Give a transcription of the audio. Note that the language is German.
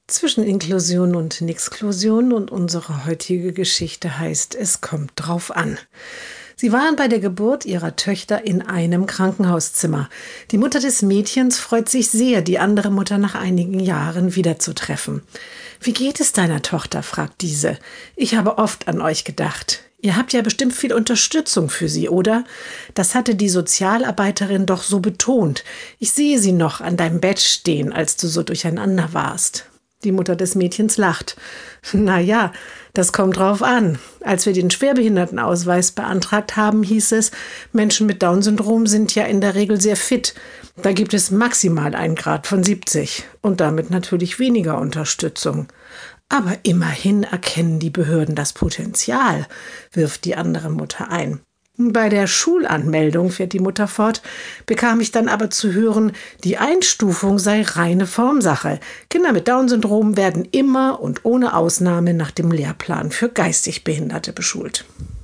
Zwischen Inklusion und Nixklusion und unsere heutige Geschichte heißt Es kommt drauf an. Sie waren bei der Geburt ihrer Töchter in einem Krankenhauszimmer. Die Mutter des Mädchens freut sich sehr, die andere Mutter nach einigen Jahren wiederzutreffen. »Wie geht es deiner Tochter?« fragt diese. »Ich habe oft an euch gedacht. Ihr habt ja bestimmt viel Unterstützung für sie, oder? Das hatte die Sozialarbeiterin doch so betont. Ich sehe sie noch an deinem Bett stehen, als du so durcheinander warst.« Die Mutter des Mädchens lacht. »Na ja, das kommt drauf an. Als wir den Schwerbehindertenausweis beantragt haben, hieß es, Menschen mit Down-Syndrom sind ja in der Regel sehr fit. Da gibt es maximal einen Grad von 70 und damit natürlich weniger Unterstützung. Aber immerhin erkennen die Behörden das Potenzial«, wirft die andere Mutter ein. »Bei der Schulanmeldung«, fährt die Mutter fort, »bekam ich dann aber zu hören, die Einstufung sei reine Formsache. Kinder mit Down-Syndrom werden immer und ohne Ausnahme nach dem Lehrplan für geistig Behinderte beschult.«